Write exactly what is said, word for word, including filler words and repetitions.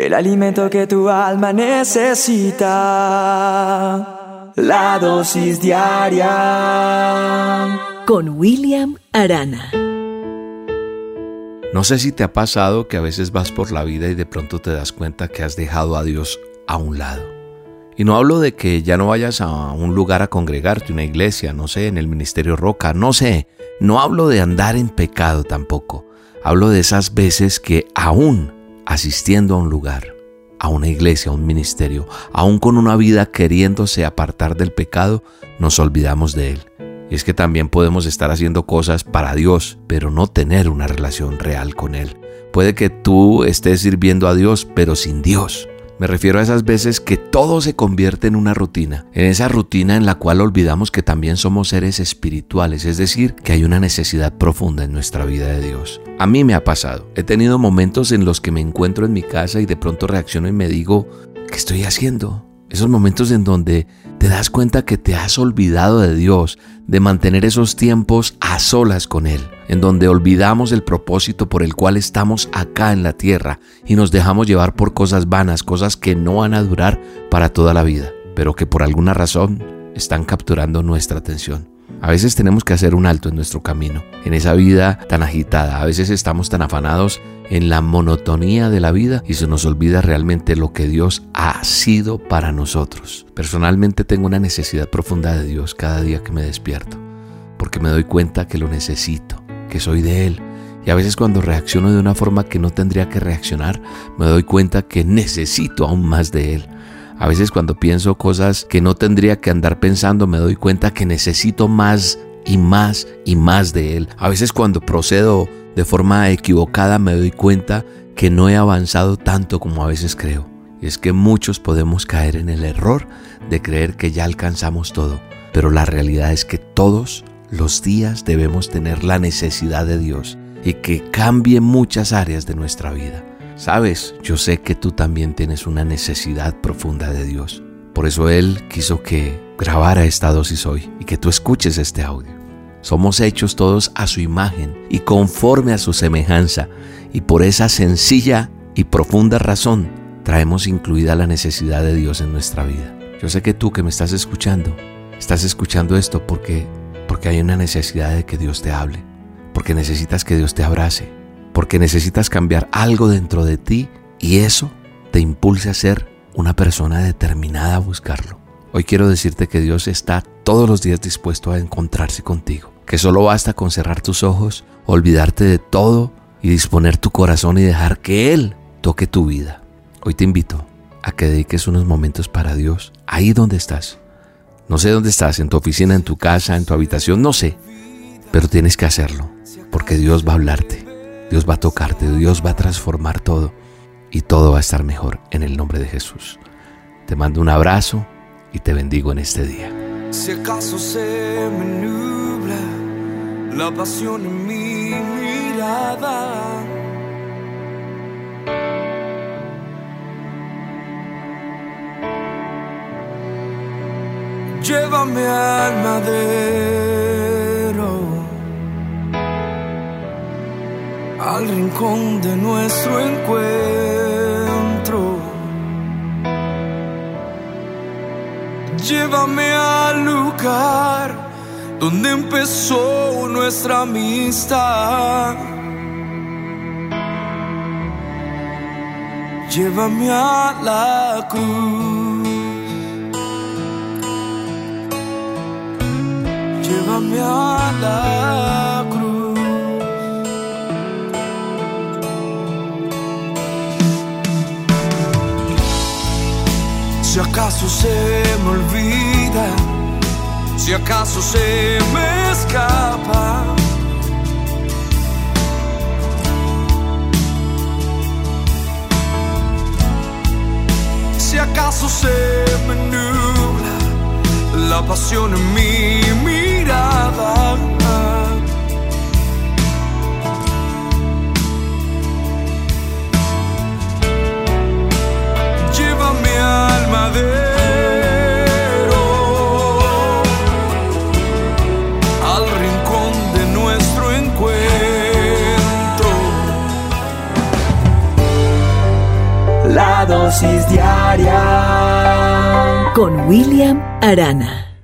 el alimento que tu alma necesita, la dosis diaria. Con William Arana. No sé si te ha pasado que a veces vas por la vida y de pronto te das cuenta que has dejado a Dios a un lado. Y no hablo de que ya no vayas a un lugar a congregarte, una iglesia, no sé, en el Ministerio Roca, no sé. No hablo de andar en pecado tampoco. Hablo de esas veces que aún asistiendo a un lugar, a una iglesia, a un ministerio, aún con una vida queriéndose apartar del pecado, nos olvidamos de Él. Y es que también podemos estar haciendo cosas para Dios, pero no tener una relación real con Él. Puede que tú estés sirviendo a Dios, pero sin Dios. Me refiero a esas veces que todo se convierte en una rutina, en esa rutina en la cual olvidamos que también somos seres espirituales, es decir, que hay una necesidad profunda en nuestra vida de Dios. A mí me ha pasado. He tenido momentos en los que me encuentro en mi casa y de pronto reacciono y me digo, ¿qué estoy haciendo? Esos momentos en donde te das cuenta que te has olvidado de Dios, de mantener esos tiempos a solas con Él, en donde olvidamos el propósito por el cual estamos acá en la tierra y nos dejamos llevar por cosas vanas, cosas que no van a durar para toda la vida, pero que por alguna razón están capturando nuestra atención. A veces tenemos que hacer un alto en nuestro camino, en esa vida tan agitada. A veces estamos tan afanados en la monotonía de la vida y se nos olvida realmente lo que Dios ha sido para nosotros. Personalmente tengo una necesidad profunda de Dios cada día que me despierto, porque me doy cuenta que lo necesito, que soy de Él. Y a veces cuando reacciono de una forma que no tendría que reaccionar, me doy cuenta que necesito aún más de Él. A veces cuando pienso cosas que no tendría que andar pensando, me doy cuenta que necesito más y más y más de Él. A veces cuando procedo de forma equivocada, me doy cuenta que no he avanzado tanto como a veces creo. Y es que muchos podemos caer en el error de creer que ya alcanzamos todo. Pero la realidad es que todos los días debemos tener la necesidad de Dios y que cambie muchas áreas de nuestra vida. Sabes, yo sé que tú también tienes una necesidad profunda de Dios. Por eso Él quiso que grabara esta dosis hoy y que tú escuches este audio. Somos hechos todos a su imagen y conforme a su semejanza, y por esa sencilla y profunda razón traemos incluida la necesidad de Dios en nuestra vida. Yo sé que tú que me estás escuchando, estás escuchando esto porque, porque hay una necesidad de que Dios te hable, porque necesitas que Dios te abrace, porque necesitas cambiar algo dentro de ti y eso te impulsa a ser una persona determinada a buscarlo. Hoy quiero decirte que Dios está todos los días dispuesto a encontrarse contigo, que solo basta con cerrar tus ojos, olvidarte de todo y disponer tu corazón y dejar que Él toque tu vida. Hoy te invito a que dediques unos momentos para Dios, ahí donde estás. No sé dónde estás, en tu oficina, en tu casa, en tu habitación, no sé, pero tienes que hacerlo, porque Dios va a hablarte. Dios va a tocarte, Dios va a transformar todo y todo va a estar mejor en el nombre de Jesús. Te mando un abrazo y te bendigo en este día. Si acaso se me nubla la pasión en mi mirada, llévame al madero, al rincón de nuestro encuentro. Llévame al lugar donde empezó nuestra amistad. Llévame a la cruz. Llévame a la cruz. Si acaso se me olvida, si acaso se me escapa, si acaso se me nubla la pasión en mi mirada, llévame al madero, al rincón de nuestro encuentro. La La dosis diaria con William Arana.